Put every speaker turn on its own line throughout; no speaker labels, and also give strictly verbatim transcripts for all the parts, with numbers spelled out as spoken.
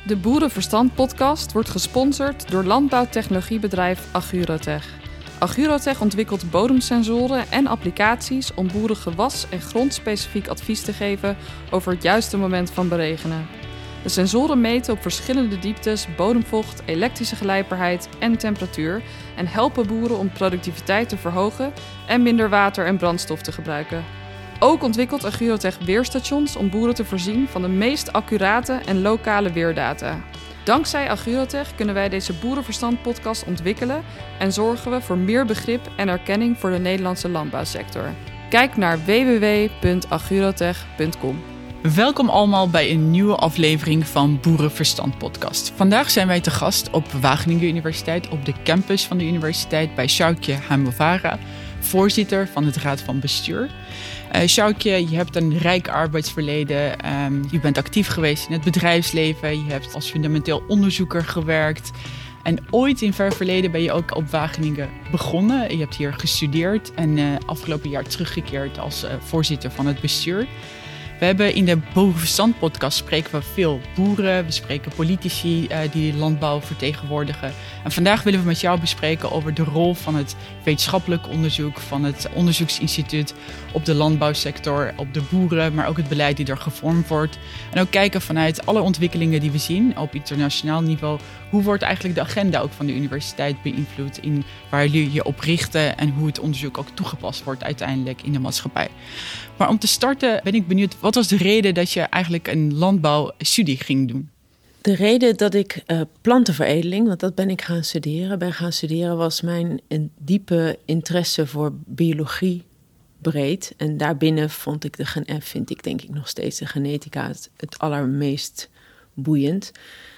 De Boerenverstand-podcast wordt gesponsord door landbouwtechnologiebedrijf Agurotech. Agurotech ontwikkelt bodemsensoren en applicaties om boeren gewas- en grondspecifiek advies te geven over het juiste moment van beregenen. De sensoren meten op verschillende dieptes bodemvocht, elektrische gelijpbaarheid en temperatuur en helpen boeren om productiviteit te verhogen en minder water en brandstof te gebruiken. Ook ontwikkelt Agurotech weerstations om boeren te voorzien van de meest accurate en lokale weerdata. Dankzij Agurotech kunnen wij deze Boerenverstand-podcast ontwikkelen en zorgen we voor meer begrip en erkenning voor de Nederlandse landbouwsector. Kijk naar w w w punt agurotech punt com.
Welkom allemaal bij een nieuwe aflevering van Boerenverstand podcast. Vandaag zijn wij te gast op Wageningen Universiteit, op de campus van de universiteit bij Sjoukje Hamovara, voorzitter van het Raad van Bestuur. Uh, Sjoukje, je hebt een rijk arbeidsverleden. Um, je bent actief geweest in het bedrijfsleven. Je hebt als fundamenteel onderzoeker gewerkt. En ooit in ver verleden ben je ook op Wageningen begonnen. Je hebt hier gestudeerd en uh, afgelopen jaar teruggekeerd als uh, voorzitter van het bestuur. We hebben in de Boerenverstand podcast spreken we veel boeren. We spreken politici uh, die landbouw vertegenwoordigen. En vandaag willen we met jou bespreken over de rol van het wetenschappelijk onderzoek, van het onderzoeksinstituut op de landbouwsector, op de boeren, maar ook het beleid die er gevormd wordt. En ook kijken vanuit alle ontwikkelingen die we zien op internationaal niveau. Hoe wordt eigenlijk de agenda ook van de universiteit beïnvloed in waar jullie je op richten en hoe het onderzoek ook toegepast wordt uiteindelijk in de maatschappij. Maar om te starten ben ik benieuwd, wat was de reden dat je eigenlijk een landbouwstudie ging doen?
De reden dat ik uh, plantenveredeling, want dat ben ik gaan studeren, ben gaan studeren was mijn een diepe interesse voor biologie breed. En daarbinnen vond ik de, vind ik denk ik nog steeds de genetica het, het allermeest boeiend.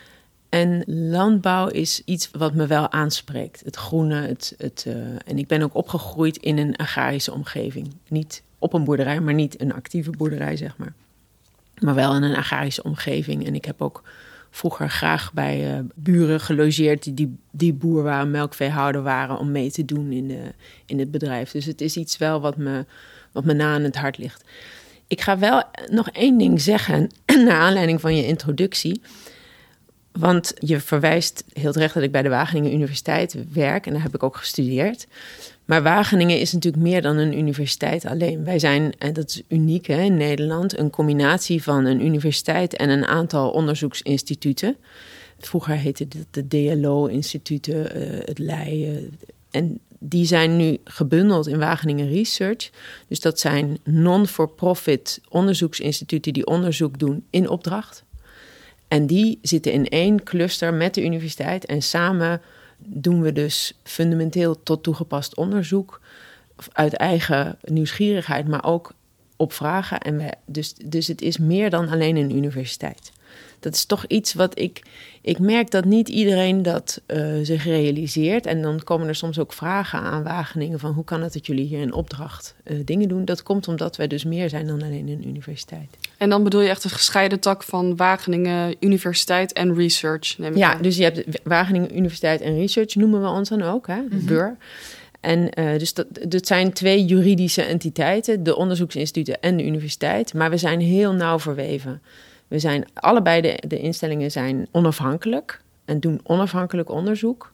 En landbouw is iets wat me wel aanspreekt. Het groene, het, het, uh, en ik ben ook opgegroeid in een agrarische omgeving. Niet op een boerderij, maar niet een actieve boerderij, zeg maar. Maar wel in een agrarische omgeving. En ik heb ook vroeger graag bij uh, buren gelogeerd die, die, die boer waren, melkveehouder waren, om mee te doen in, de, in het bedrijf. Dus het is iets wel wat me, wat me na aan het hart ligt. Ik ga wel nog één ding zeggen, naar aanleiding van je introductie. Want je verwijst heel terecht dat ik bij de Wageningen Universiteit werk en daar heb ik ook gestudeerd. Maar Wageningen is natuurlijk meer dan een universiteit alleen. Wij zijn, en dat is uniek hè, in Nederland, een combinatie van een universiteit en een aantal onderzoeksinstituten. Vroeger heette het de D L O-instituten, uh, het Leiden. En die zijn nu gebundeld in Wageningen Research. Dus dat zijn non-for-profit onderzoeksinstituten die onderzoek doen in opdracht. En die zitten in één cluster met de universiteit en samen doen we dus fundamenteel tot toegepast onderzoek uit eigen nieuwsgierigheid, maar ook op vragen. En we, dus, dus het is meer dan alleen een universiteit. Dat is toch iets wat ik... Ik merk dat niet iedereen dat uh, zich realiseert. En dan komen er soms ook vragen aan Wageningen van hoe kan het dat jullie hier in opdracht uh, dingen doen? Dat komt omdat wij dus meer zijn dan alleen een universiteit.
En dan bedoel je echt een gescheiden tak van Wageningen Universiteit en Research, neem ik
Ja,
aan.
dus je hebt Wageningen Universiteit en Research noemen we ons dan ook, hè? De
Mm-hmm.
B U R. En uh, dus dat, dat zijn twee juridische entiteiten, de onderzoeksinstituten en de universiteit. Maar we zijn heel nauw verweven. We zijn allebei de, de instellingen zijn onafhankelijk en doen onafhankelijk onderzoek.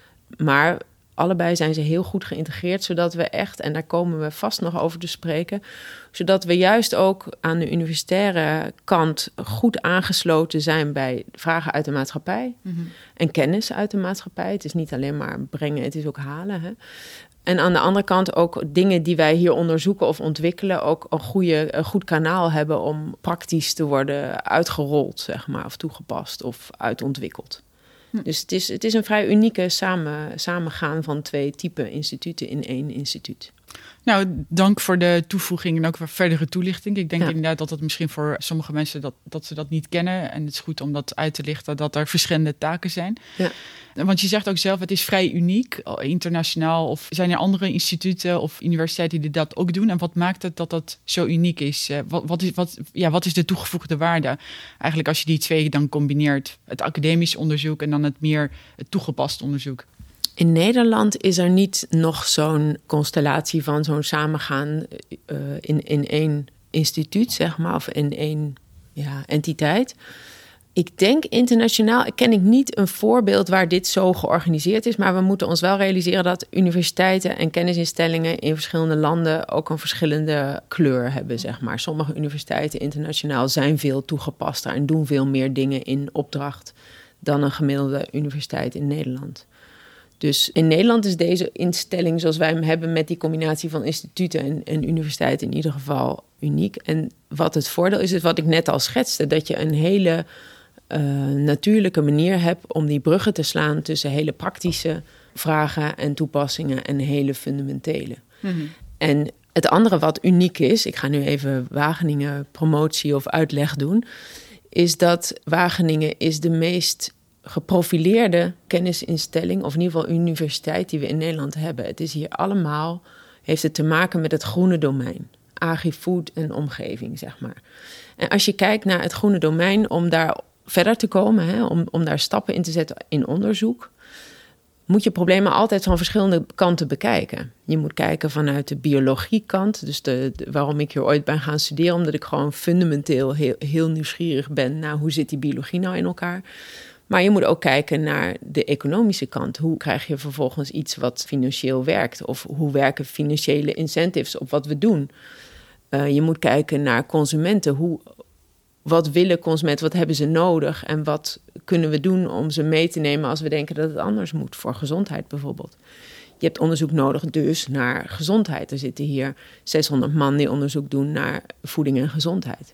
Maar allebei zijn ze heel goed geïntegreerd, zodat we echt, en daar komen we vast nog over te spreken, zodat we juist ook aan de universitaire kant goed aangesloten zijn bij vragen uit de maatschappij mm-hmm. en kennis uit de maatschappij. Het is niet alleen maar brengen, het is ook halen. Hè? En aan de andere kant ook dingen die wij hier onderzoeken of ontwikkelen, ook een, goede, een goed kanaal hebben om praktisch te worden uitgerold, zeg maar, of toegepast of uitontwikkeld. Hm. Dus het is, het is een vrij unieke samen, samengaan van twee typen instituten in één instituut.
Nou, dank voor de toevoeging en ook voor verdere toelichting. Ik denk
ja.
inderdaad dat het misschien voor sommige mensen dat, dat ze dat niet kennen. En het is goed om dat uit te lichten, dat er verschillende taken zijn.
Ja.
Want je zegt ook zelf, het is vrij uniek, internationaal. Of zijn er andere instituten of universiteiten die dat ook doen? En wat maakt het dat dat zo uniek is? Wat, wat, is, wat, ja, wat is de toegevoegde waarde? Eigenlijk als je die twee dan combineert. Het academisch onderzoek en dan het meer het toegepast onderzoek.
In Nederland is er niet nog zo'n constellatie van zo'n samengaan uh, in, in één instituut, zeg maar, of in één ja, entiteit. Ik denk internationaal ken ik niet een voorbeeld waar dit zo georganiseerd is. Maar we moeten ons wel realiseren dat universiteiten en kennisinstellingen in verschillende landen ook een verschillende kleur hebben, zeg maar. Sommige universiteiten internationaal zijn veel toegepaster en doen veel meer dingen in opdracht dan een gemiddelde universiteit in Nederland. Dus in Nederland is deze instelling zoals wij hem hebben met die combinatie van instituten en, en universiteiten in ieder geval uniek. En wat het voordeel is, is wat ik net al schetste, dat je een hele uh, natuurlijke manier hebt om die bruggen te slaan tussen hele praktische vragen en toepassingen en hele fundamentele. Mm-hmm. En het andere wat uniek is, ik ga nu even Wageningen promotie of uitleg doen, is dat Wageningen is de meest geprofileerde kennisinstelling, of in ieder geval universiteit die we in Nederland hebben. Het is hier allemaal, heeft het te maken met het groene domein. Agri-food en omgeving, zeg maar. En als je kijkt naar het groene domein, om daar verder te komen, hè, om, om daar stappen in te zetten in onderzoek, moet je problemen altijd van verschillende kanten bekijken. Je moet kijken vanuit de biologiekant, dus de, de, waarom ik hier ooit ben gaan studeren, omdat ik gewoon fundamenteel heel, heel nieuwsgierig ben naar hoe zit die biologie nou in elkaar. Maar je moet ook kijken naar de economische kant. Hoe krijg je vervolgens iets wat financieel werkt? Of hoe werken financiële incentives op wat we doen? Uh, je moet kijken naar consumenten. Hoe, wat willen consumenten? Wat hebben ze nodig? En wat kunnen we doen om ze mee te nemen als we denken dat het anders moet? Voor gezondheid bijvoorbeeld. Je hebt onderzoek nodig dus naar gezondheid. Er zitten hier zeshonderd man die onderzoek doen naar voeding en gezondheid.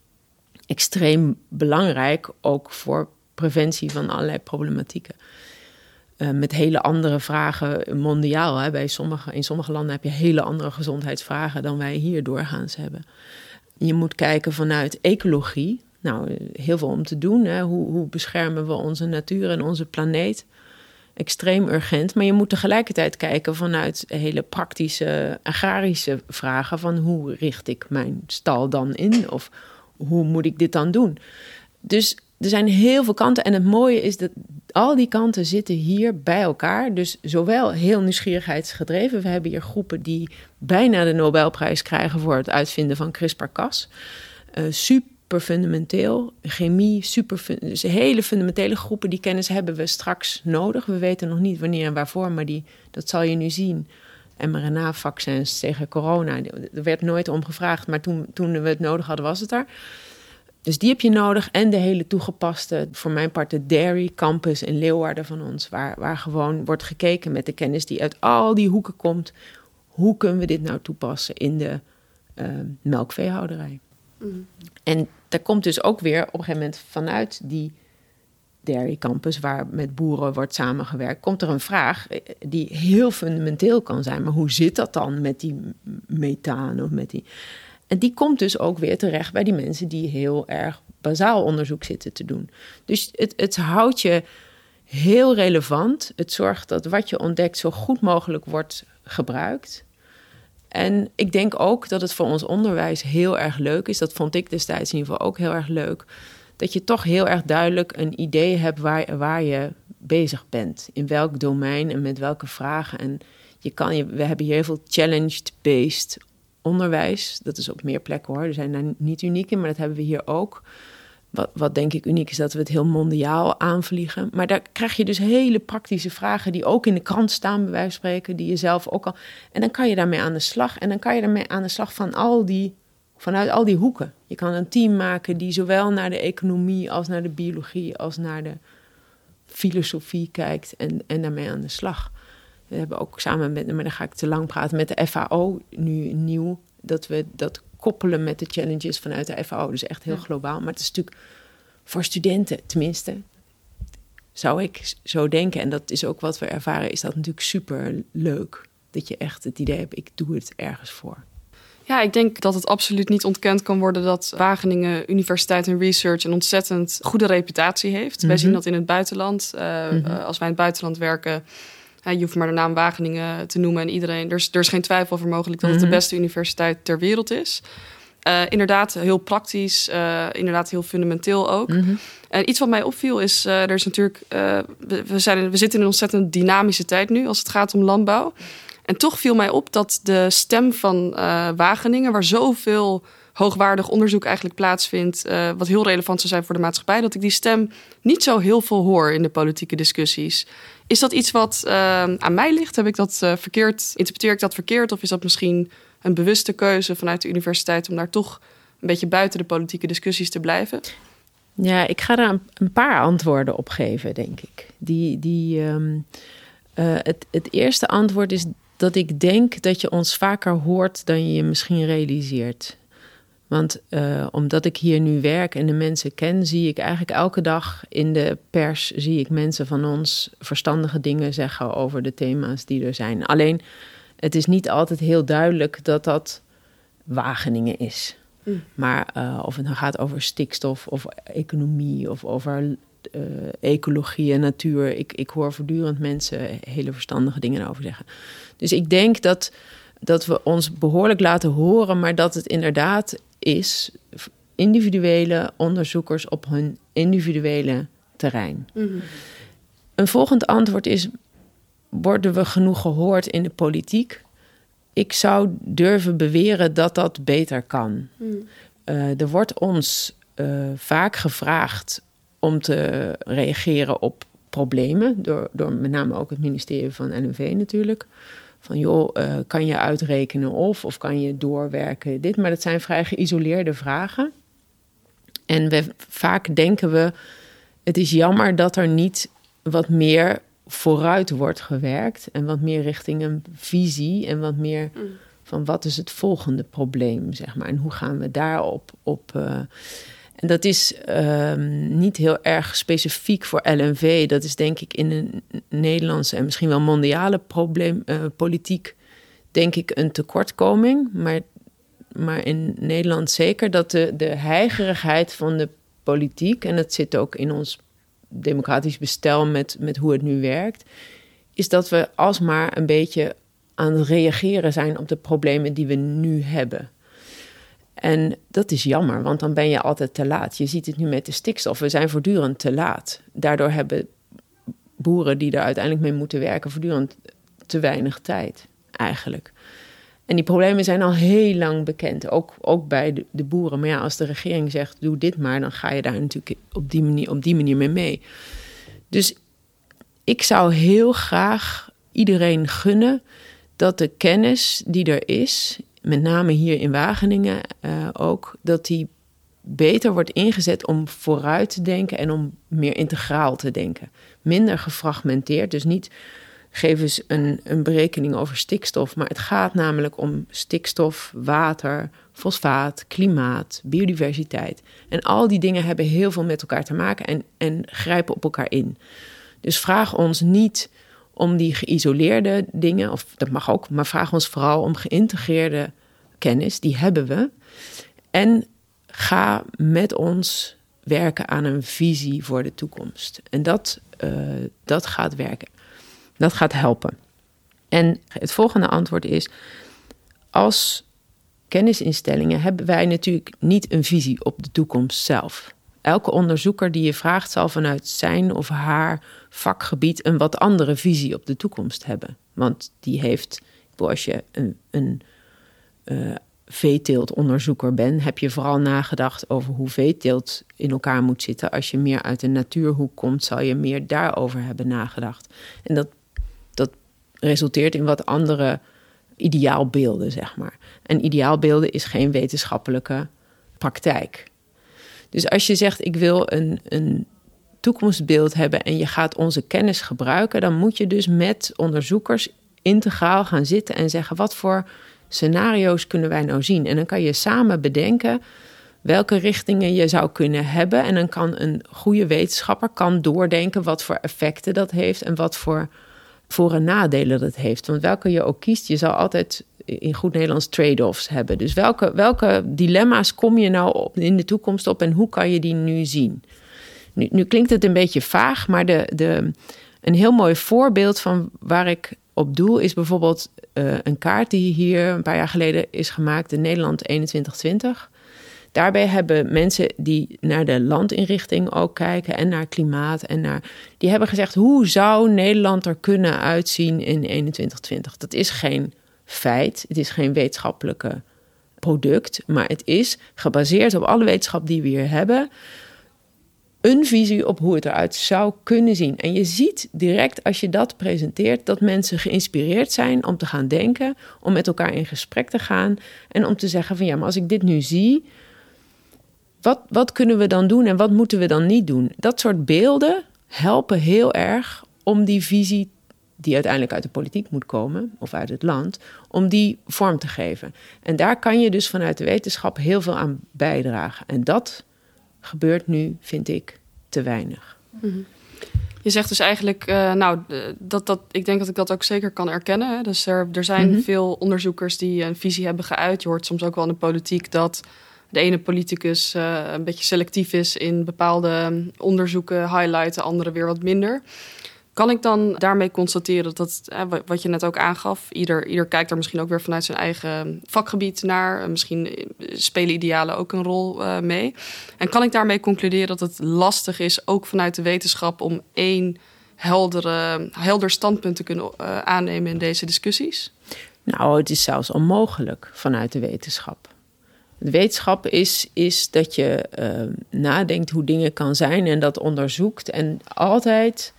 Extreem belangrijk, ook voor preventie van allerlei problematieken. Uh, met hele andere vragen mondiaal. Hè. Bij sommige, in sommige landen heb je hele andere gezondheidsvragen dan wij hier doorgaans hebben. Je moet kijken vanuit ecologie. Nou, heel veel om te doen. Hè. Hoe, hoe beschermen we onze natuur en onze planeet? Extreem urgent. Maar je moet tegelijkertijd kijken vanuit hele praktische agrarische vragen. Van hoe richt ik mijn stal dan in? Of hoe moet ik dit dan doen? Dus er zijn heel veel kanten en het mooie is dat al die kanten zitten hier bij elkaar. Dus zowel heel nieuwsgierigheidsgedreven. We hebben hier groepen die bijna de Nobelprijs krijgen voor het uitvinden van CRISPR-Cas. Uh, super fundamenteel. Chemie, super fun- dus hele fundamentele groepen. Die kennis hebben we straks nodig. We weten nog niet wanneer en waarvoor, maar die, dat zal je nu zien. M R N A-vaccins tegen corona. Er werd nooit om gevraagd, maar toen, toen we het nodig hadden was het er. Dus die heb je nodig en de hele toegepaste, voor mijn part de Dairy Campus in Leeuwarden van ons, waar, waar gewoon wordt gekeken met de kennis die uit al die hoeken komt. Hoe kunnen we dit nou toepassen in de uh, melkveehouderij? Mm. En daar komt dus ook weer op een gegeven moment vanuit die Dairy Campus, waar met boeren wordt samengewerkt, komt er een vraag die heel fundamenteel kan zijn. Maar hoe zit dat dan met die methaan of met die... En die komt dus ook weer terecht bij die mensen die heel erg bazaal onderzoek zitten te doen. Dus het, het houdt je heel relevant. Het zorgt dat wat je ontdekt zo goed mogelijk wordt gebruikt. En ik denk ook dat het voor ons onderwijs heel erg leuk is. Dat vond ik destijds in ieder geval ook heel erg leuk. Dat je toch heel erg duidelijk een idee hebt waar, waar je bezig bent. In welk domein en met welke vragen. En je kan, je, we hebben hier heel veel challenge-based onderwijs. Dat is op meer plekken hoor. Er zijn daar niet uniek in, maar dat hebben we hier ook. Wat, wat denk ik uniek is dat we het heel mondiaal aanvliegen. Maar daar krijg je dus hele praktische vragen die ook in de krant staan, bij wijze van spreken, die je zelf ook al... En dan kan je daarmee aan de slag. En dan kan je daarmee aan de slag van al die, vanuit al die hoeken. Je kan een team maken die zowel naar de economie als naar de biologie als naar de filosofie kijkt en, en daarmee aan de slag. We hebben ook samen met, maar dan ga ik te lang praten, met de F A O nu nieuw, dat we dat koppelen met de challenges vanuit de F A O. Dus echt heel ja. globaal. Maar het is natuurlijk voor studenten, tenminste, zou ik zo denken. En dat is ook wat we ervaren, is dat natuurlijk super leuk. Dat je echt het idee hebt, ik doe het ergens voor.
Ja, ik denk dat het absoluut niet ontkend kan worden dat Wageningen Universiteit en Research een ontzettend goede reputatie heeft. Mm-hmm. Wij zien dat in het buitenland. Uh, mm-hmm. uh, als wij in het buitenland werken, uh, je hoeft maar de naam Wageningen te noemen en iedereen. Er is, er is geen twijfel over mogelijk dat mm-hmm. het de beste universiteit ter wereld is. Uh, inderdaad, heel praktisch, uh, inderdaad heel fundamenteel ook. Mm-hmm. En iets wat mij opviel is, uh, er is natuurlijk, uh, we, we, zijn, we zitten in een ontzettend dynamische tijd nu als het gaat om landbouw. En toch viel mij op dat de stem van uh, Wageningen, waar zoveel hoogwaardig onderzoek eigenlijk plaatsvindt, uh, wat heel relevant zou zijn voor de maatschappij, dat ik die stem niet zo heel veel hoor in de politieke discussies. Is dat iets wat uh, aan mij ligt? Heb ik dat uh, verkeerd? Interpreteer ik dat verkeerd? Of is dat misschien een bewuste keuze vanuit de universiteit om daar toch een beetje buiten de politieke discussies te blijven?
Ja, ik ga daar een, een paar antwoorden op geven, denk ik. Die, die, um, uh, het, het eerste antwoord is dat ik denk dat je ons vaker hoort dan je je misschien realiseert. Want uh, omdat ik hier nu werk en de mensen ken, zie ik eigenlijk elke dag in de pers, zie ik mensen van ons verstandige dingen zeggen over de thema's die er zijn. Alleen, het is niet altijd heel duidelijk dat dat Wageningen is. Mm. Maar uh, of het nou gaat over stikstof of economie of over uh, ecologie en natuur. Ik, ik hoor voortdurend mensen hele verstandige dingen over zeggen. Dus ik denk dat, dat we ons behoorlijk laten horen, maar dat het inderdaad is individuele onderzoekers op hun individuele terrein. Mm-hmm. Een volgend antwoord is, worden we genoeg gehoord in de politiek? Ik zou durven beweren dat dat beter kan. Mm. Uh, er wordt ons uh, vaak gevraagd om te reageren op problemen, door, door met name ook het ministerie van L N V natuurlijk. Van joh, uh, kan je uitrekenen of, of kan je doorwerken dit? Maar dat zijn vrij geïsoleerde vragen. En we, vaak denken we, het is jammer dat er niet wat meer vooruit wordt gewerkt en wat meer richting een visie en wat meer mm. van wat is het volgende probleem, zeg maar. En hoe gaan we daarop op... Uh, en dat is uh, niet heel erg specifiek voor L N V. Dat is denk ik in een Nederlandse en misschien wel mondiale probleem, uh, politiek, denk ik een tekortkoming. Maar, maar in Nederland zeker dat de, de heigerigheid van de politiek, en dat zit ook in ons democratisch bestel met, met hoe het nu werkt, is dat we alsmaar een beetje aan het reageren zijn op de problemen die we nu hebben. En dat is jammer, want dan ben je altijd te laat. Je ziet het nu met de stikstof. We zijn voortdurend te laat. Daardoor hebben boeren die daar uiteindelijk mee moeten werken voortdurend te weinig tijd, eigenlijk. En die problemen zijn al heel lang bekend, ook, ook bij de, de boeren. Maar ja, als de regering zegt, doe dit maar, dan ga je daar natuurlijk op die manier, op die manier mee mee. Dus ik zou heel graag iedereen gunnen dat de kennis die er is, met name hier in Wageningen uh, ook, dat die beter wordt ingezet om vooruit te denken en om meer integraal te denken. Minder gefragmenteerd, dus niet geef eens een, een berekening over stikstof, maar het gaat namelijk om stikstof, water, fosfaat, klimaat, biodiversiteit. En al die dingen hebben heel veel met elkaar te maken en, en grijpen op elkaar in. Dus vraag ons niet om die geïsoleerde dingen, of dat mag ook, maar vraag ons vooral om geïntegreerde kennis, die hebben we. En ga met ons werken aan een visie voor de toekomst. En dat, uh, dat gaat werken. Dat gaat helpen. En het volgende antwoord is, als kennisinstellingen hebben wij natuurlijk niet een visie op de toekomst zelf. Elke onderzoeker die je vraagt zal vanuit zijn of haar vakgebied een wat andere visie op de toekomst hebben. Want die heeft, als je een, een uh, veeteeltonderzoeker bent, heb je vooral nagedacht over hoe veeteelt in elkaar moet zitten. Als je meer uit de natuurhoek komt, zal je meer daarover hebben nagedacht. En dat, dat resulteert in wat andere ideaalbeelden, zeg maar. En ideaalbeelden is geen wetenschappelijke praktijk. Dus als je zegt, ik wil een, een toekomstbeeld hebben en je gaat onze kennis gebruiken, dan moet je dus met onderzoekers integraal gaan zitten en zeggen, wat voor scenario's kunnen wij nou zien? En dan kan je samen bedenken welke richtingen je zou kunnen hebben. En dan kan een goede wetenschapper kan doordenken wat voor effecten dat heeft en wat voor voor- en nadelen dat heeft. Want welke je ook kiest, je zal altijd in goed Nederlands trade-offs hebben. Dus welke, welke dilemma's kom je nou op in de toekomst op en hoe kan je die nu zien? Nu, nu klinkt het een beetje vaag, maar de, de, een heel mooi voorbeeld van waar ik op doel is bijvoorbeeld uh, een kaart die hier een paar jaar geleden is gemaakt, de Nederland eenentwintig twintig. Daarbij hebben mensen die naar de landinrichting ook kijken en naar klimaat en naar, die hebben gezegd, hoe zou Nederland er kunnen uitzien in eenentwintig twintig? Dat is geen feit, het is geen wetenschappelijke product, maar het is gebaseerd op alle wetenschap die we hier hebben, een visie op hoe het eruit zou kunnen zien. En je ziet direct als je dat presenteert dat mensen geïnspireerd zijn om te gaan denken, om met elkaar in gesprek te gaan en om te zeggen van ja, maar als ik dit nu zie, wat, wat kunnen we dan doen en wat moeten we dan niet doen? Dat soort beelden helpen heel erg om die visie die uiteindelijk uit de politiek moet komen, of uit het land, om die vorm te geven. En daar kan je dus vanuit de wetenschap heel veel aan bijdragen. En dat gebeurt nu, vind ik, te weinig.
Mm-hmm. Je zegt dus eigenlijk, uh, nou, dat, dat, ik denk dat ik dat ook zeker kan erkennen. Hè? Dus er, er zijn mm-hmm. veel onderzoekers die een visie hebben geuit. Je hoort soms ook wel in de politiek dat de ene politicus uh, een beetje selectief is in bepaalde onderzoeken, highlighten, de andere weer wat minder. Kan ik dan daarmee constateren dat, dat eh, wat je net ook aangaf, ieder, ieder kijkt er misschien ook weer vanuit zijn eigen vakgebied naar. Misschien spelen idealen ook een rol uh, mee. En kan ik daarmee concluderen dat het lastig is, ook vanuit de wetenschap, om één heldere, helder standpunt te kunnen uh, aannemen in deze discussies?
Nou, het is zelfs onmogelijk vanuit de wetenschap. De wetenschap is, is dat je uh, nadenkt hoe dingen kan zijn en dat onderzoekt en altijd...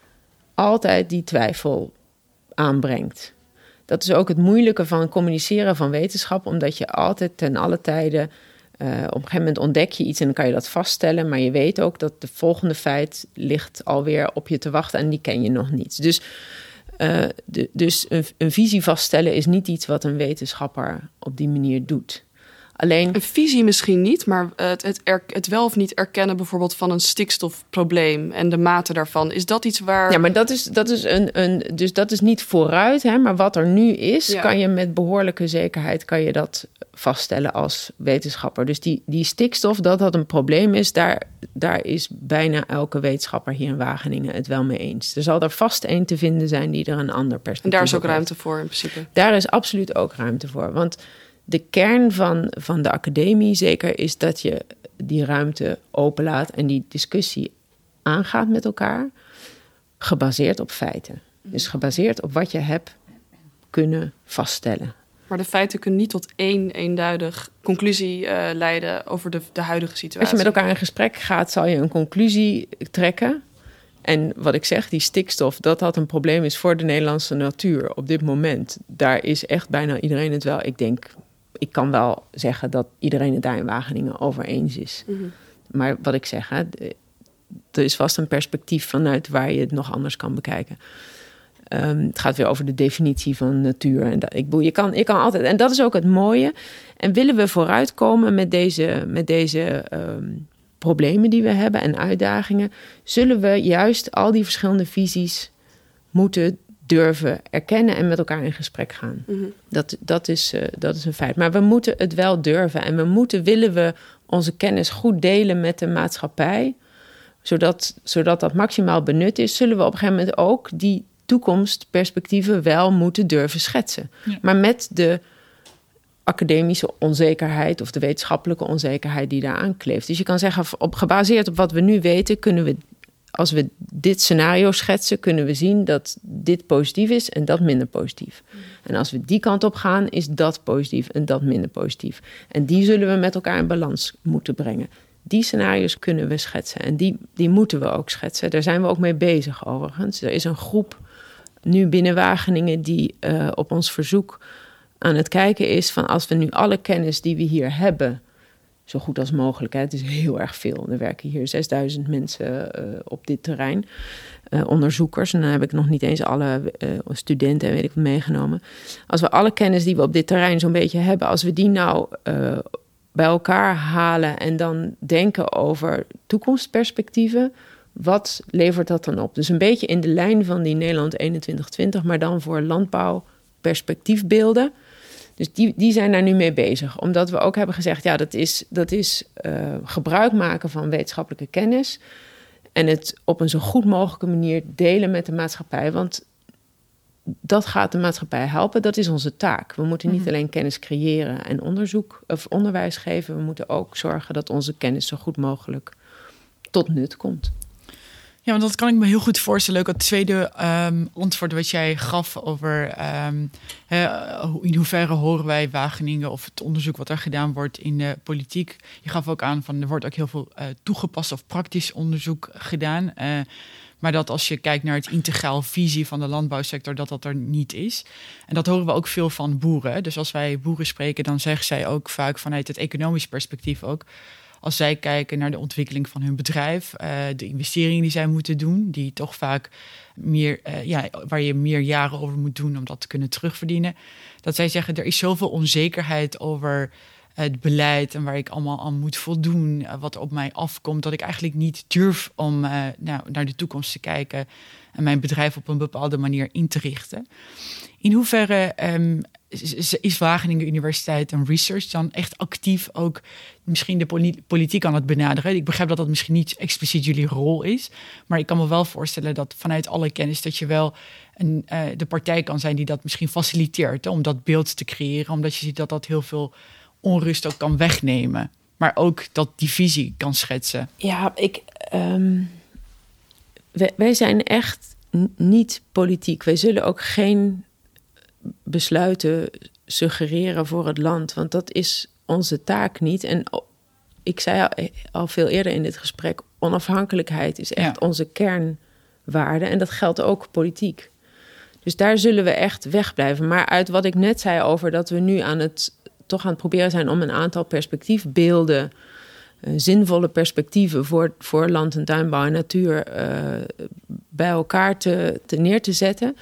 altijd die twijfel aanbrengt. Dat is ook het moeilijke van communiceren van wetenschap, omdat je altijd ten alle tijden, uh, op een gegeven moment ontdek je iets en dan kan je dat vaststellen, maar je weet ook dat de volgende feit ligt alweer op je te wachten en die ken je nog niet. Dus, uh, de, dus een, een visie vaststellen is niet iets wat een wetenschapper op die manier doet. Alleen,
een visie misschien niet, maar het, het, er, het wel of niet erkennen bijvoorbeeld van een stikstofprobleem en de mate daarvan. Is dat iets waar...
Ja, maar dat is, dat is, een, een, dus dat is niet vooruit, hè, maar wat er nu is, ja. kan je met behoorlijke zekerheid kan je dat vaststellen als wetenschapper. Dus die, die stikstof, dat dat een probleem is, daar, daar is bijna elke wetenschapper hier in Wageningen het wel mee eens. Er zal er vast één te vinden zijn die er een ander perspectief op heeft.
En daar is ook ruimte voor in principe?
Daar is absoluut ook ruimte voor, want de kern van, van de academie zeker is dat je die ruimte openlaat en die discussie aangaat met elkaar, gebaseerd op feiten. Dus gebaseerd op wat je hebt kunnen vaststellen.
Maar de feiten kunnen niet tot één eenduidig conclusie uh, leiden over de, de huidige situatie.
Als je met elkaar in gesprek gaat, zal je een conclusie trekken. En wat ik zeg, die stikstof, dat dat een probleem is voor de Nederlandse natuur op dit moment. Daar is echt bijna iedereen het wel. Ik denk, ik kan wel zeggen dat iedereen het daar in Wageningen over eens is. Mm-hmm. Maar wat ik zeg, hè, er is vast een perspectief vanuit waar je het nog anders kan bekijken. Um, het gaat weer over de definitie van natuur. En dat, ik bedoel, je kan, je kan altijd, en dat is ook het mooie. En willen we vooruitkomen met deze, met deze um, problemen die we hebben en uitdagingen, zullen we juist al die verschillende visies moeten durven erkennen en met elkaar in gesprek gaan. Mm-hmm. Dat, dat, is, uh, dat is een feit. Maar we moeten het wel durven. En we moeten, willen we onze kennis goed delen met de maatschappij, zodat, zodat dat maximaal benut is, zullen we op een gegeven moment ook die toekomstperspectieven wel moeten durven schetsen. Ja. Maar met de academische onzekerheid of de wetenschappelijke onzekerheid die daar aankleeft. Dus je kan zeggen, op, gebaseerd op wat we nu weten, kunnen we, als we dit scenario schetsen, kunnen we zien dat dit positief is en dat minder positief. Mm. En als we die kant op gaan, is dat positief en dat minder positief. En die zullen we met elkaar in balans moeten brengen. Die scenario's kunnen we schetsen en die, die moeten we ook schetsen. Daar zijn we ook mee bezig overigens. Er is een groep nu binnen Wageningen die uh, op ons verzoek aan het kijken is van als we nu alle kennis die we hier hebben, zo goed als mogelijk, hè, het is heel erg veel. Er werken hier zesduizend mensen uh, op dit terrein, uh, onderzoekers. En dan heb ik nog niet eens alle uh, studenten en weet ik wat meegenomen. Als we alle kennis die we op dit terrein zo'n beetje hebben, als we die nou uh, bij elkaar halen en dan denken over toekomstperspectieven, wat levert dat dan op? Dus een beetje in de lijn van die Nederland eenentwintig twintig, maar dan voor landbouwperspectiefbeelden. Dus die, die zijn daar nu mee bezig. Omdat we ook hebben gezegd, ja, dat is, dat is uh, gebruik maken van wetenschappelijke kennis en het op een zo goed mogelijke manier delen met de maatschappij. Want dat gaat de maatschappij helpen. Dat is onze taak. We moeten niet mm-hmm. alleen kennis creëren en onderzoek of onderwijs geven. We moeten ook zorgen dat onze kennis zo goed mogelijk tot nut komt.
Ja, want dat kan ik me heel goed voorstellen. Ook het tweede um, antwoord wat jij gaf over um, uh, in hoeverre horen wij Wageningen of het onderzoek wat er gedaan wordt in de politiek. Je gaf ook aan van er wordt ook heel veel uh, toegepast of praktisch onderzoek gedaan. Uh, maar dat als je kijkt naar het integraal visie van de landbouwsector, dat dat er niet is. En dat horen we ook veel van boeren. Dus als wij boeren spreken, dan zeggen zij ook vaak vanuit het economisch perspectief ook. Als zij kijken naar de ontwikkeling van hun bedrijf, uh, de investeringen die zij moeten doen, die toch vaak meer, uh, ja, waar je meer jaren over moet doen om dat te kunnen terugverdienen. Dat zij zeggen, er is zoveel onzekerheid over het beleid en waar ik allemaal aan moet voldoen, uh, wat er op mij afkomt, dat ik eigenlijk niet durf om uh, nou, naar de toekomst te kijken en mijn bedrijf op een bepaalde manier in te richten. In hoeverre um, is Wageningen Universiteit en Research dan echt actief ook misschien de politiek aan het benaderen? Ik begrijp dat dat misschien niet expliciet jullie rol is, maar ik kan me wel voorstellen dat vanuit alle kennis dat je wel een, uh, de partij kan zijn die dat misschien faciliteert, hè, om dat beeld te creëren, omdat je ziet dat dat heel veel onrust ook kan wegnemen, maar ook dat die visie kan schetsen.
Ja, ik, um, wij, wij zijn echt n- niet politiek. Wij zullen ook geen besluiten suggereren voor het land, want dat is onze taak niet. En ik zei al, al veel eerder in dit gesprek, onafhankelijkheid is echt ja. onze kernwaarde en dat geldt ook politiek. Dus daar zullen we echt wegblijven. Maar uit wat ik net zei over dat we nu aan het toch aan het proberen zijn om een aantal perspectiefbeelden, uh, zinvolle perspectieven voor, voor land- en tuinbouw en natuur uh, bij elkaar te, te neer te zetten.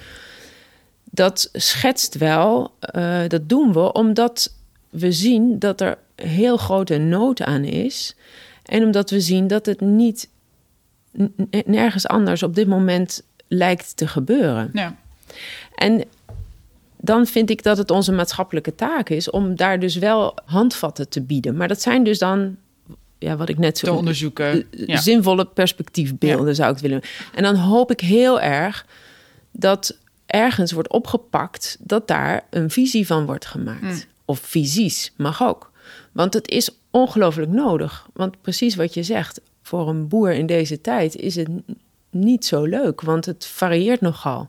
Dat schetst wel, uh, dat doen we omdat we zien dat er heel grote nood aan is. En omdat we zien dat het niet n- nergens anders op dit moment lijkt te gebeuren.
Ja.
En dan vind ik dat het onze maatschappelijke taak is om daar dus wel handvatten te bieden. Maar dat zijn dus dan, ja, wat ik net zo...
Te onderzoeken.
Ja. Zinvolle perspectiefbeelden, ja. zou ik willen. En dan hoop ik heel erg dat ergens wordt opgepakt dat daar een visie van wordt gemaakt. Mm. Of visies, mag ook. Want het is ongelooflijk nodig. Want precies wat je zegt, voor een boer in deze tijd is het niet zo leuk. Want het varieert nogal.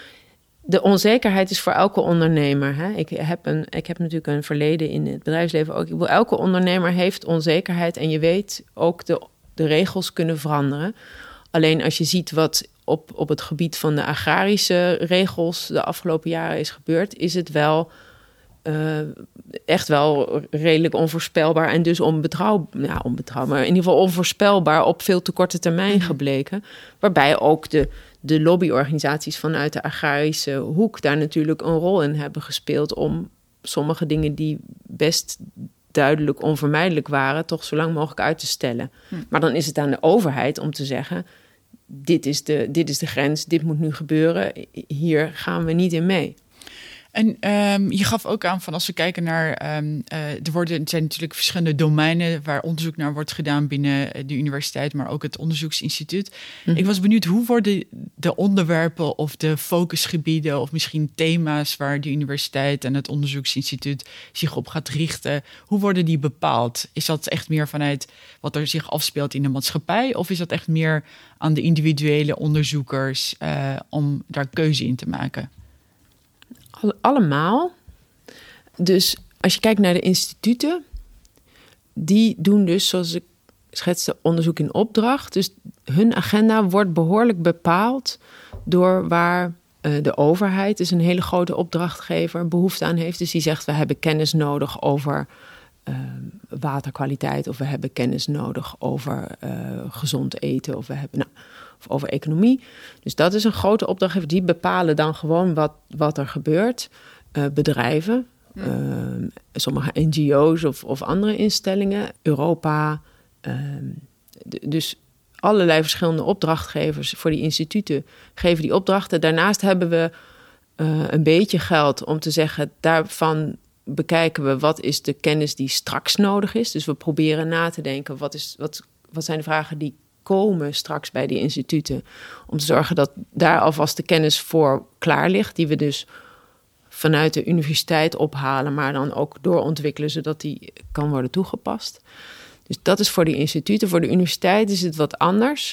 De onzekerheid is voor elke ondernemer. Hè? Ik, heb een, ik heb natuurlijk een verleden in het bedrijfsleven ook. Ik wil, elke ondernemer heeft onzekerheid. En je weet ook de, de regels kunnen veranderen. Alleen als je ziet wat op, op het gebied van de agrarische regels de afgelopen jaren is gebeurd, is het wel uh, echt wel redelijk onvoorspelbaar en dus onbetrouwbaar, ja, onbetrouwbaar, in ieder geval onvoorspelbaar op veel te korte termijn gebleken. Waarbij ook de, de lobbyorganisaties vanuit de agrarische hoek daar natuurlijk een rol in hebben gespeeld om sommige dingen die best duidelijk onvermijdelijk waren, toch zo lang mogelijk uit te stellen. Hm. Maar dan is het aan de overheid om te zeggen, dit is de, dit is de grens, dit moet nu gebeuren, hier gaan we niet in mee.
En um, je gaf ook aan van als we kijken naar, um, uh, er worden, er zijn natuurlijk verschillende domeinen waar onderzoek naar wordt gedaan binnen de universiteit, maar ook het onderzoeksinstituut. Mm-hmm. Ik was benieuwd, hoe worden de onderwerpen of de focusgebieden of misschien thema's waar de universiteit en het onderzoeksinstituut zich op gaat richten, hoe worden die bepaald? Is dat echt meer vanuit wat er zich afspeelt in de maatschappij of is dat echt meer aan de individuele onderzoekers uh, om daar keuze in te maken?
Allemaal. Dus als je kijkt naar de instituten, die doen dus, zoals ik schetste, onderzoek in opdracht. Dus hun agenda wordt behoorlijk bepaald door waar uh, de overheid, dus een hele grote opdrachtgever, behoefte aan heeft. Dus die zegt, we hebben kennis nodig over uh, waterkwaliteit, of we hebben kennis nodig over uh, gezond eten, of we hebben... Nou, of over economie. Dus dat is een grote opdrachtgever. Die bepalen dan gewoon wat, wat er gebeurt. Uh, bedrijven, ja. uh, sommige N G O's of, of andere instellingen. Europa. Uh, d- dus allerlei verschillende opdrachtgevers voor die instituten geven die opdrachten. Daarnaast hebben we uh, een beetje geld om te zeggen, daarvan bekijken we wat is de kennis die straks nodig is. Dus we proberen na te denken, wat, is, wat, wat zijn de vragen die komen straks bij die instituten, om te zorgen dat daar alvast de kennis voor klaar ligt, die we dus vanuit de universiteit ophalen, maar dan ook doorontwikkelen, zodat die kan worden toegepast. Dus dat is voor die instituten. Voor de universiteit is het wat anders.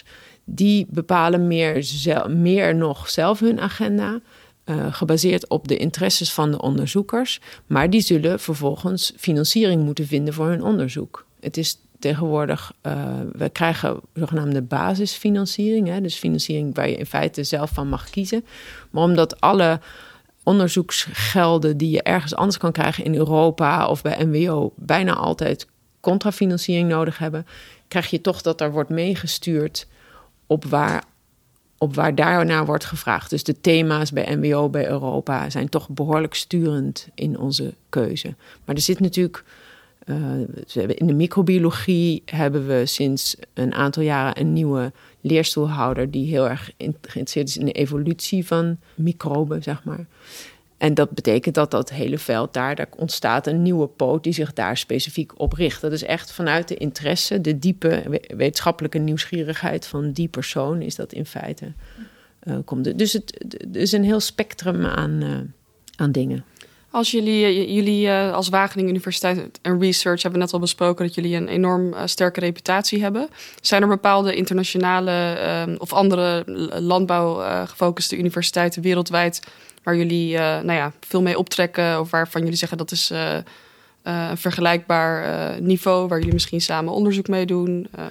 die bepalen meer, zel, meer nog zelf hun agenda, uh, gebaseerd op de interesses van de onderzoekers. Maar die zullen vervolgens financiering moeten vinden voor hun onderzoek. Het is tegenwoordig, uh, we krijgen zogenaamde basisfinanciering, hè, dus financiering waar je in feite zelf van mag kiezen. Maar omdat alle onderzoeksgelden die je ergens anders kan krijgen in Europa of bij M W O bijna altijd contrafinanciering nodig hebben, krijg je toch dat er wordt meegestuurd op waar, op waar daarnaar wordt gevraagd. Dus de thema's bij M W O, bij Europa zijn toch behoorlijk sturend in onze keuze. Maar er zit natuurlijk, uh, we hebben in de microbiologie hebben we sinds een aantal jaren een nieuwe leerstoelhouder die heel erg geïnteresseerd is in de evolutie van microben, zeg maar. En dat betekent dat dat hele veld daar, daar ontstaat een nieuwe poot die zich daar specifiek op richt. Dat is echt vanuit de interesse, de diepe wetenschappelijke nieuwsgierigheid van die persoon is dat in feite. Uh, komt. Dus het, het is een heel spectrum aan, uh, aan dingen.
Als jullie, jullie uh, als Wageningen Universiteit en Research hebben net al besproken dat jullie een enorm uh, sterke reputatie hebben. Zijn er bepaalde internationale uh, of andere landbouw uh, gefocuste universiteiten wereldwijd waar jullie uh, nou ja, veel mee optrekken of waarvan jullie zeggen dat is uh, uh, een vergelijkbaar uh, niveau waar jullie misschien samen onderzoek mee doen? Uh.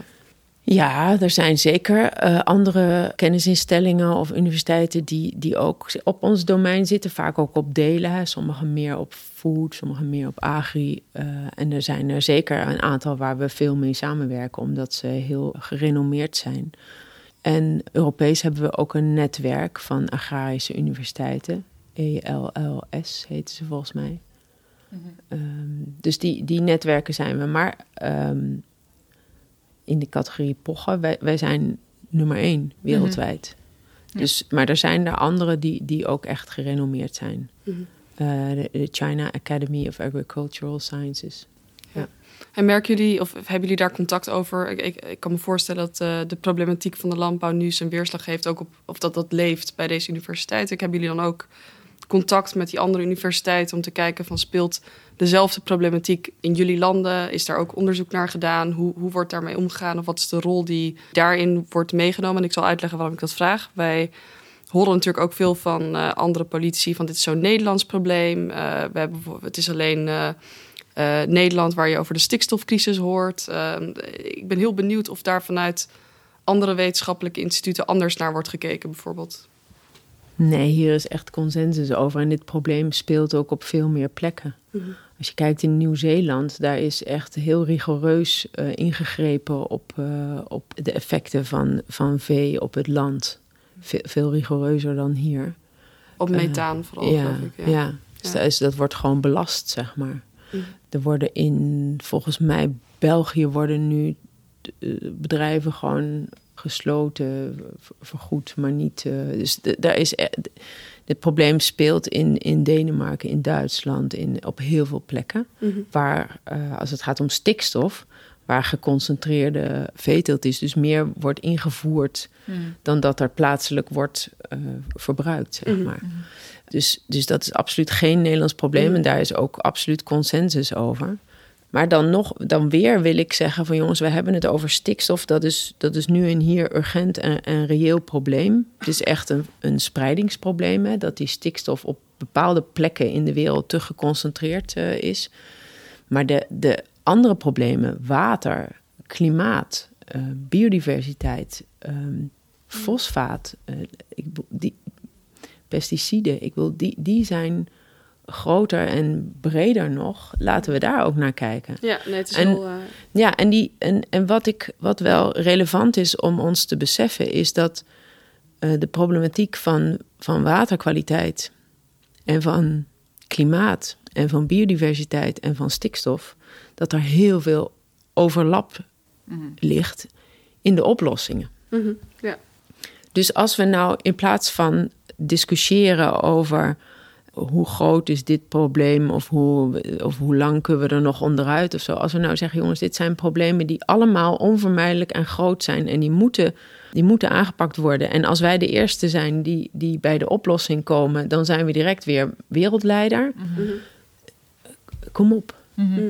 Ja, er zijn zeker uh, andere kennisinstellingen of universiteiten die, die ook op ons domein zitten. Vaak ook op delen. Hè. Sommige meer op food, sommige meer op agri. Uh, en er zijn er zeker een aantal waar we veel mee samenwerken, omdat ze heel gerenommeerd zijn. En Europees hebben we ook een netwerk van agrarische universiteiten. E L L S heten ze volgens mij. Mm-hmm. Um, dus die, die netwerken zijn we. Maar um, in de categorie Pogge, wij, wij zijn nummer één wereldwijd. Mm-hmm. Ja. Dus, maar er zijn er andere die, die ook echt gerenommeerd zijn. Mm-hmm. Uh, de, de China Academy of Agricultural Sciences. Ja.
En merken jullie, of hebben jullie daar contact over? Ik, ik, ik kan me voorstellen dat uh, de problematiek van de landbouw nu zijn weerslag heeft, ook op, of dat dat leeft bij deze universiteit. Ik hebben jullie dan ook contact met die andere universiteiten om te kijken van speelt dezelfde problematiek in jullie landen? Is daar ook onderzoek naar gedaan? Hoe, hoe wordt daarmee omgegaan? Of wat is de rol die daarin wordt meegenomen? En ik zal uitleggen waarom ik dat vraag. Wij horen natuurlijk ook veel van uh, andere politici van dit is zo'n Nederlands probleem. Uh, we hebben, het is alleen uh, uh, Nederland waar je over de stikstofcrisis hoort. Uh, ik ben heel benieuwd of daar vanuit andere wetenschappelijke instituten anders naar wordt gekeken bijvoorbeeld.
Nee, hier is echt consensus over. En dit probleem speelt ook op veel meer plekken. Mm-hmm. Als je kijkt in Nieuw-Zeeland, daar is echt heel rigoureus uh, ingegrepen op, uh, op de effecten van, van vee op het land. Ve- veel rigoureuzer dan hier.
Op methaan uh, vooral,
ja,
geloof ik. Ja,
ja. Dus ja. Dat, is, dat wordt gewoon belast, zeg maar. Mm. Er worden in, volgens mij, België worden nu uh, bedrijven gewoon gesloten, vergoed, maar niet. Uh, dus de, daar is. Dit probleem speelt in, in Denemarken, in Duitsland, in, op heel veel plekken. Mm-hmm. Waar, uh, als het gaat om stikstof, waar geconcentreerde veeteelt is, dus meer wordt ingevoerd mm. dan dat er plaatselijk wordt uh, verbruikt, zeg mm-hmm. maar. Dus, dus dat is absoluut geen Nederlands probleem mm-hmm. en daar is ook absoluut consensus over. Maar dan nog, dan weer wil ik zeggen van jongens, we hebben het over stikstof. Dat is, dat is nu en hier urgent en, en reëel probleem. Het is echt een, een spreidingsprobleem, hè, dat die stikstof op bepaalde plekken in de wereld te geconcentreerd uh, is. Maar de, de andere problemen, water, klimaat, uh, biodiversiteit, um, fosfaat, uh, ik, die, pesticiden, ik wil, die, die zijn groter en breder nog. Laten we daar ook naar kijken.
Ja, nee, het is
en,
heel... Uh...
Ja, en, die, en, en wat, ik, wat wel relevant is om ons te beseffen, is dat uh, de problematiek van, van waterkwaliteit en van klimaat en van biodiversiteit en van stikstof, dat er heel veel overlap mm-hmm. ligt in de oplossingen.
Mm-hmm. Ja.
Dus als we nou in plaats van discussiëren over hoe groot is dit probleem of hoe, of hoe lang kunnen we er nog onderuit of zo. Als we nou zeggen, jongens, dit zijn problemen die allemaal onvermijdelijk en groot zijn en die moeten, die moeten aangepakt worden. En als wij de eerste zijn die, die bij de oplossing komen, dan zijn we direct weer wereldleider. Mm-hmm. Kom op.
Mm-hmm.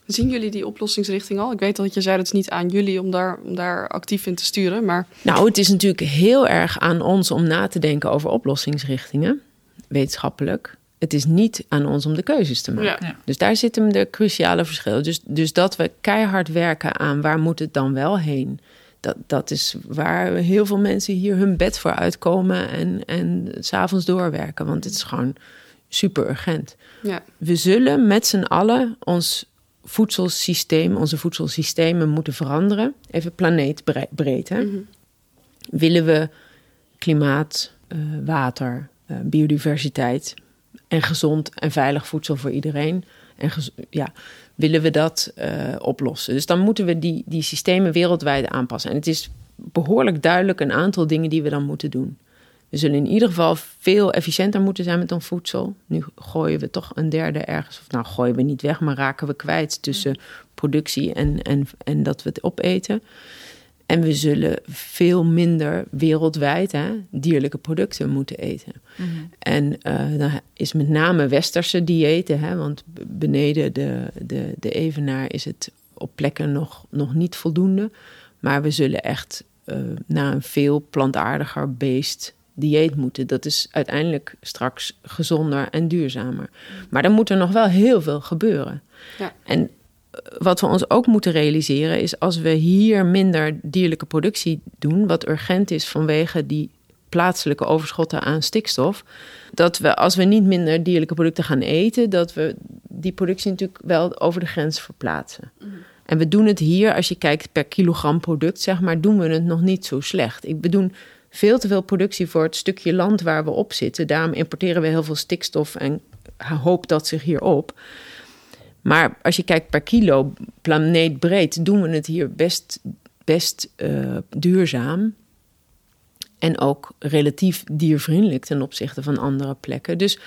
Zien jullie die oplossingsrichting al? Ik weet dat je zei dat het niet aan jullie om daar, om daar actief in te sturen. Maar...
Nou, het is natuurlijk heel erg aan ons om na te denken over oplossingsrichtingen, wetenschappelijk. Het is niet aan ons om de keuzes te maken. Ja. Dus daar zit hem de cruciale verschil. Dus, dus dat we keihard werken aan waar moet het dan wel heen. Dat, dat is waar heel veel mensen hier hun bed voor uitkomen en, en 's avonds doorwerken. Want het is gewoon super urgent. Ja. We zullen met z'n allen ons voedselsysteem, onze voedselsystemen moeten veranderen. Even planeetbreed. Hè? Mm-hmm. Willen we klimaat, uh, water, uh, biodiversiteit en gezond en veilig voedsel voor iedereen. En gez- ja, willen we dat uh, oplossen. Dus dan moeten we die, die systemen wereldwijd aanpassen. En het is behoorlijk duidelijk een aantal dingen die we dan moeten doen. We zullen in ieder geval veel efficiënter moeten zijn met ons voedsel. Nu gooien we toch een derde ergens. Of nou, gooien we niet weg, maar raken we kwijt tussen productie en, en, en dat we het opeten. En we zullen veel minder wereldwijd hè, dierlijke producten moeten eten. Mm-hmm. En uh, dan is met name westerse diëten, hè, want beneden de, de, de evenaar is het op plekken nog, nog niet voldoende. Maar we zullen echt uh, naar een veel plantaardiger beest dieet moeten. Dat is uiteindelijk straks gezonder en duurzamer. Maar dan moet er nog wel heel veel gebeuren. Ja. En wat we ons ook moeten realiseren is als we hier minder dierlijke productie doen, wat urgent is vanwege die plaatselijke overschotten aan stikstof, dat we als we niet minder dierlijke producten gaan eten, dat we die productie natuurlijk wel over de grens verplaatsen. Mm. En we doen het hier, als je kijkt per kilogram product, zeg maar, doen we het nog niet zo slecht. Ik bedoel, veel te veel productie voor het stukje land waar we op zitten. Daarom importeren we heel veel stikstof en hoop dat zich hier op. Maar als je kijkt per kilo, planeetbreed, doen we het hier best, best uh, duurzaam. En ook relatief diervriendelijk ten opzichte van andere plekken. Dus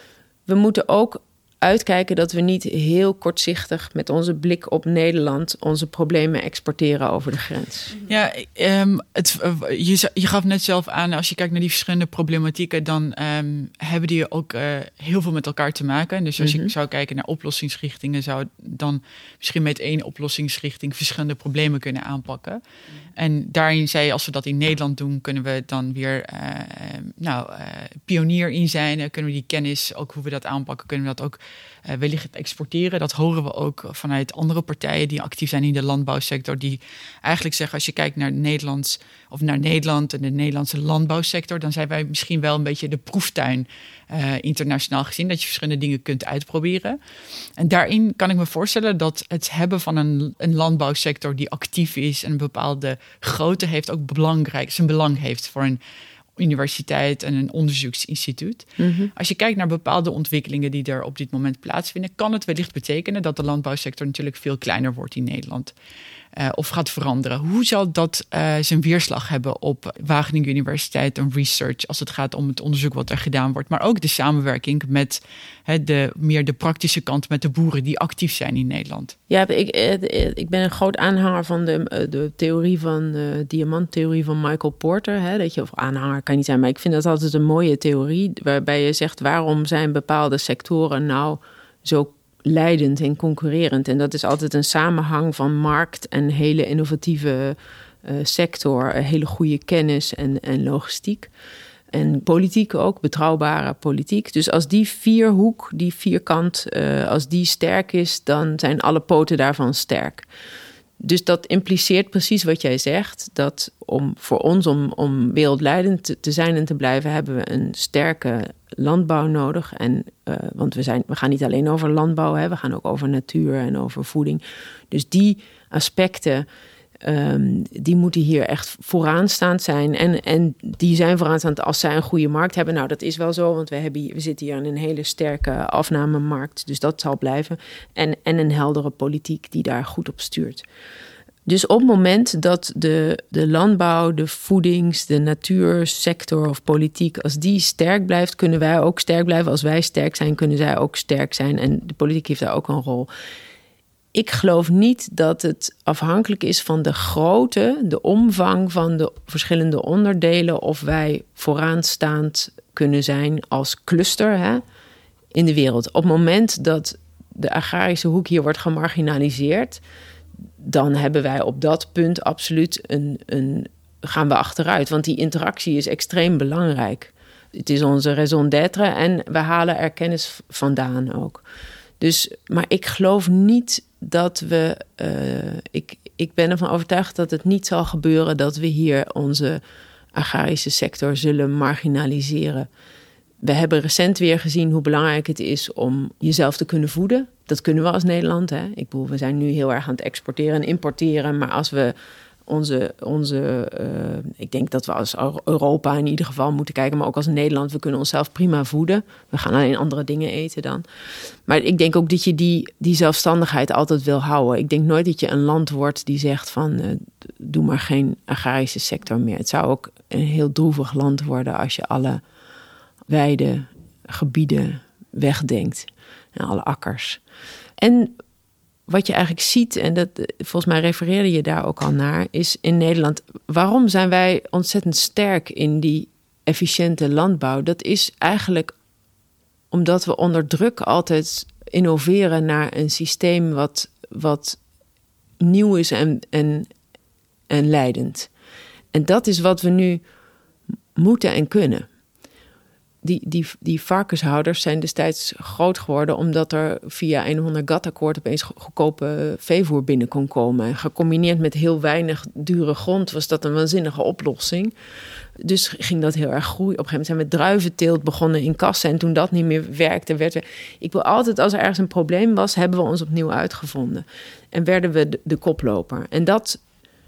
we moeten ook uitkijken dat we niet heel kortzichtig met onze blik op Nederland onze problemen exporteren over de grens.
Ja, um, het, uh, je, je gaf net zelf aan, als je kijkt naar die verschillende problematieken, dan um, hebben die ook uh, heel veel met elkaar te maken. Dus als mm-hmm. je zou kijken naar oplossingsrichtingen, zou dan misschien met één oplossingsrichting verschillende problemen kunnen aanpakken. Mm-hmm. En daarin zei je, als we dat in Nederland doen, kunnen we dan weer uh, nou, uh, pionier in zijn. Uh, kunnen we die kennis, ook hoe we dat aanpakken, kunnen we dat ook Uh, wellicht exporteren. Dat horen we ook vanuit andere partijen die actief zijn in de landbouwsector, die eigenlijk zeggen, als je kijkt naar Nederlands of naar Nederland en de Nederlandse landbouwsector, dan zijn wij misschien wel een beetje de proeftuin uh, internationaal gezien, dat je verschillende dingen kunt uitproberen. En daarin kan ik me voorstellen dat het hebben van een, een landbouwsector die actief is en een bepaalde grootte heeft, ook belangrijk, zijn belang heeft voor een universiteit en een onderzoeksinstituut. Mm-hmm. Als je kijkt naar bepaalde ontwikkelingen die er op dit moment plaatsvinden, kan het wellicht betekenen dat de landbouwsector natuurlijk veel kleiner wordt in Nederland. Uh, of gaat veranderen. Hoe zal dat uh, zijn weerslag hebben op Wageningen Universiteit en research als het gaat om het onderzoek wat er gedaan wordt, maar ook de samenwerking met he, de meer de praktische kant met de boeren die actief zijn in Nederland?
Ja, ik, ik ben een groot aanhanger van de, de theorie van de diamanttheorie van Michael Porter. Hè, dat je, of aanhanger kan niet zijn, maar ik vind dat altijd een mooie theorie waarbij je zegt, waarom zijn bepaalde sectoren nou zo leidend en concurrerend. En dat is altijd een samenhang van markt en hele innovatieve uh, sector, hele goede kennis en, en logistiek. En politiek ook, betrouwbare politiek. Dus als die vierhoek, die vierkant, uh, als die sterk is, dan zijn alle poten daarvan sterk. Dus dat impliceert precies wat jij zegt, dat om, voor ons om, om wereldleidend te, te zijn en te blijven, hebben we een sterke landbouw nodig. En, uh, want we, zijn, we gaan niet alleen over landbouw, hè, we gaan ook over natuur en over voeding. Dus die aspecten, um, die moeten hier echt vooraanstaand zijn. En, en die zijn vooraanstaand als zij een goede markt hebben. Nou, dat is wel zo, want we, hebben, we zitten hier in een hele sterke afnamemarkt. Dus dat zal blijven. En, en een heldere politiek die daar goed op stuurt. Dus op het moment dat de, de landbouw, de voedings, de natuursector of politiek, als die sterk blijft, kunnen wij ook sterk blijven. Als wij sterk zijn, kunnen zij ook sterk zijn. En de politiek heeft daar ook een rol. Ik geloof niet dat het afhankelijk is van de grootte, de omvang van de verschillende onderdelen, of wij vooraanstaand kunnen zijn als cluster, hè, in de wereld. Op het moment dat de agrarische hoek hier wordt gemarginaliseerd, dan hebben wij op dat punt absoluut een, een, gaan we achteruit. Want die interactie is extreem belangrijk. Het is onze raison d'être en we halen er kennis vandaan ook. Dus, maar ik geloof niet dat we... Uh, ik, ik ben ervan overtuigd dat het niet zal gebeuren dat we hier onze agrarische sector zullen marginaliseren. We hebben recent weer gezien hoe belangrijk het is om jezelf te kunnen voeden. Dat kunnen we als Nederland. Hè? Ik bedoel, we zijn nu heel erg aan het exporteren en importeren. Maar als we onze... onze uh, ik denk dat we als Europa in ieder geval moeten kijken. Maar ook als Nederland, we kunnen onszelf prima voeden. We gaan alleen andere dingen eten dan. Maar ik denk ook dat je die, die zelfstandigheid altijd wil houden. Ik denk nooit dat je een land wordt die zegt van... Uh, doe maar geen agrarische sector meer. Het zou ook een heel droevig land worden als je alle weide gebieden wegdenkt. En alle akkers. En wat je eigenlijk ziet, en dat, volgens mij refereerde je daar ook al naar, is in Nederland, waarom zijn wij ontzettend sterk in die efficiënte landbouw? Dat is eigenlijk omdat we onder druk altijd innoveren naar een systeem wat, wat nieuw is en, en, en leidend. En dat is wat we nu moeten en kunnen. Die, die, die varkenshouders zijn destijds groot geworden omdat er via een of ander G A T-akkoord opeens goedkope veevoer binnen kon komen. En gecombineerd met heel weinig dure grond was dat een waanzinnige oplossing. Dus ging dat heel erg groeien. Op een gegeven moment zijn we met druiventeelt begonnen in kassen. En toen dat niet meer werkte, werd er... Ik wil altijd, als er ergens een probleem was, hebben we ons opnieuw uitgevonden. En werden we de, de koploper. En dat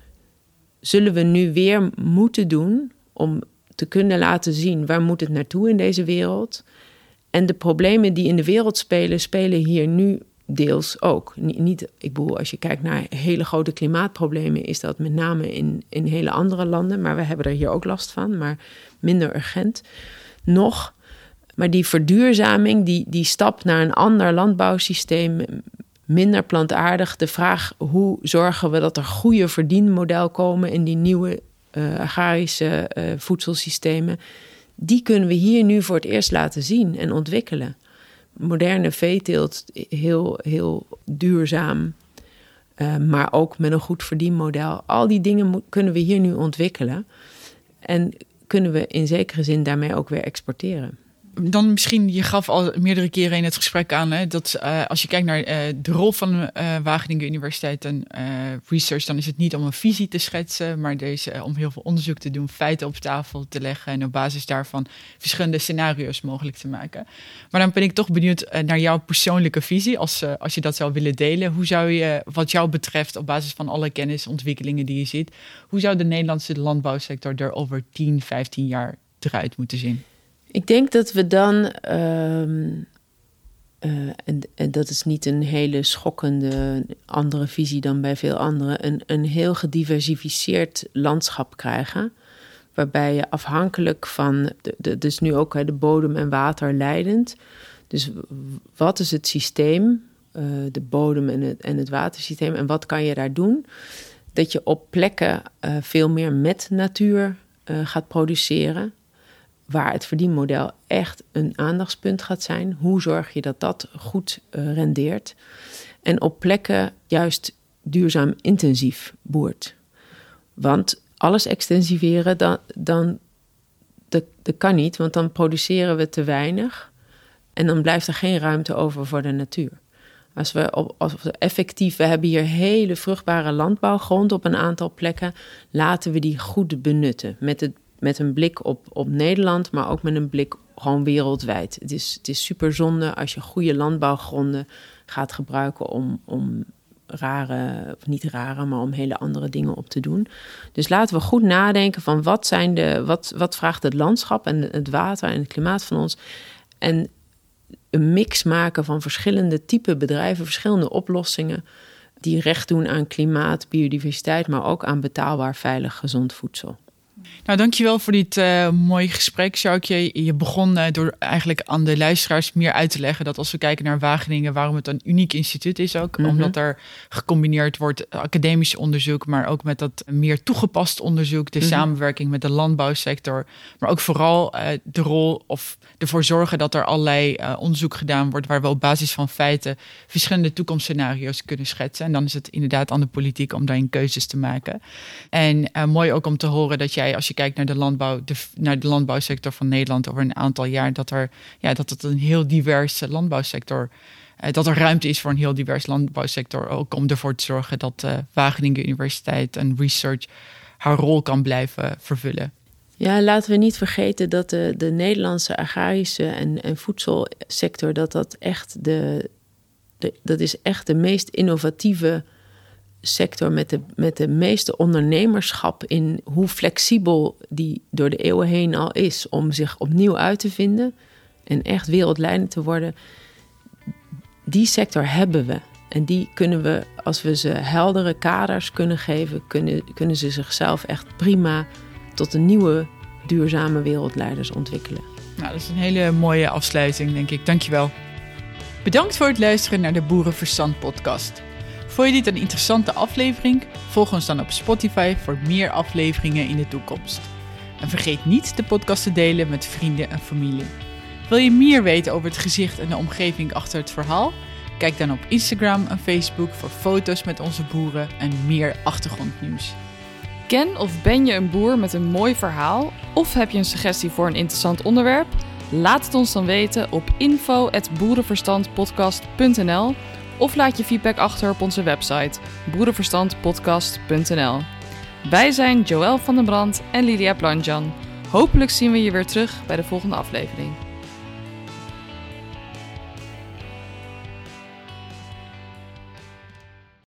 zullen we nu weer moeten doen om te kunnen laten zien waar moet het naartoe in deze wereld. En de problemen die in de wereld spelen, spelen hier nu deels ook. Niet, ik bedoel, als je kijkt naar hele grote klimaatproblemen, is dat met name in, in hele andere landen. Maar we hebben er hier ook last van, maar minder urgent nog. Maar die verduurzaming, die, die stap naar een ander landbouwsysteem, minder plantaardig. De vraag, hoe zorgen we dat er goede verdienmodel komen in die nieuwe Uh, agrarische uh, voedselsystemen, die kunnen we hier nu voor het eerst laten zien en ontwikkelen. Moderne veeteelt, heel, heel duurzaam, uh, maar ook met een goed verdienmodel. Al die dingen mo- kunnen we hier nu ontwikkelen en kunnen we in zekere zin daarmee ook weer exporteren.
Dan misschien, je gaf al meerdere keren in het gesprek aan, hè, dat uh, als je kijkt naar uh, de rol van uh, Wageningen Universiteit en uh, research, dan is het niet om een visie te schetsen, maar deze, uh, om heel veel onderzoek te doen, feiten op tafel te leggen en op basis daarvan verschillende scenario's mogelijk te maken. Maar dan ben ik toch benieuwd uh, naar jouw persoonlijke visie, als, uh, als je dat zou willen delen. Hoe zou je, wat jou betreft, op basis van alle kennisontwikkelingen die je ziet, hoe zou de Nederlandse landbouwsector er over tien, vijftien jaar eruit moeten zien?
Ik denk dat we dan, um, uh, en, en dat is niet een hele schokkende andere visie dan bij veel anderen, een, een heel gediversifieerd landschap krijgen. Waarbij je afhankelijk van, de, de, dus nu ook hè, de bodem en water leidend. Dus wat is het systeem, uh, de bodem en het, en het watersysteem en wat kan je daar doen? Dat je op plekken uh, veel meer met natuur uh, gaat produceren. Waar het verdienmodel echt een aandachtspunt gaat zijn. Hoe zorg je dat dat goed uh, rendeert? En op plekken juist duurzaam intensief boert. Want alles extensiveren, dan, dan, dat, dat kan niet. Want dan produceren we te weinig. En dan blijft er geen ruimte over voor de natuur. Als we, op, als we effectief, we hebben hier hele vruchtbare landbouwgrond op een aantal plekken. Laten we die goed benutten. Met het Met een blik op, op Nederland, maar ook met een blik gewoon wereldwijd. Het is, het is super zonde als je goede landbouwgronden gaat gebruiken om, om rare, of niet rare, maar om hele andere dingen op te doen. Dus laten we goed nadenken van wat zijn de, wat, wat vraagt het landschap en het water en het klimaat van ons. En een mix maken van verschillende type bedrijven, verschillende oplossingen die recht doen aan klimaat, biodiversiteit, maar ook aan betaalbaar, veilig, gezond voedsel.
Nou, dankjewel voor dit uh, mooie gesprek, Sjoukje. Je begon uh, door eigenlijk aan de luisteraars meer uit te leggen dat als we kijken naar Wageningen, waarom het een uniek instituut is ook. Mm-hmm. Omdat er gecombineerd wordt academisch onderzoek, maar ook met dat meer toegepast onderzoek, de mm-hmm. samenwerking met de landbouwsector. Maar ook vooral uh, de rol of ervoor zorgen dat er allerlei uh, onderzoek gedaan wordt waar we op basis van feiten verschillende toekomstscenario's kunnen schetsen. En dan is het inderdaad aan de politiek om daarin keuzes te maken. En uh, mooi ook om te horen dat jij, als je kijkt naar de landbouw, de, naar de landbouwsector van Nederland over een aantal jaar, dat er ja, dat het een heel diverse landbouwsector, uh, dat er ruimte is voor een heel divers landbouwsector, ook om ervoor te zorgen dat uh, Wageningen Universiteit en research haar rol kan blijven vervullen.
Ja, laten we niet vergeten dat de, de Nederlandse agrarische en, en voedselsector, dat dat echt de, de dat is echt de meest innovatieve sector met de, met de meeste ondernemerschap in hoe flexibel die door de eeuwen heen al is om zich opnieuw uit te vinden en echt wereldleidend te worden. Die sector hebben we. En die kunnen we, als we ze heldere kaders kunnen geven, kunnen, kunnen ze zichzelf echt prima tot een nieuwe duurzame wereldleiders ontwikkelen.
Nou, dat is een hele mooie afsluiting, denk ik. Dankjewel. Bedankt voor het luisteren naar de Boerenverstand podcast. Vond je dit een interessante aflevering? Volg ons dan op Spotify voor meer afleveringen in de toekomst. En vergeet niet de podcast te delen met vrienden en familie. Wil je meer weten over het gezicht en de omgeving achter het verhaal? Kijk dan op Instagram en Facebook voor foto's met onze boeren en meer achtergrondnieuws.
Ken of ben je een boer met een mooi verhaal? Of heb je een suggestie voor een interessant onderwerp? Laat het ons dan weten op info at boerenverstandpodcast punt n l of laat je feedback achter op onze website boerenverstandpodcast punt n l. Wij zijn Joël van den Brand en Lilia Planjan. Hopelijk zien we je weer terug bij de volgende aflevering.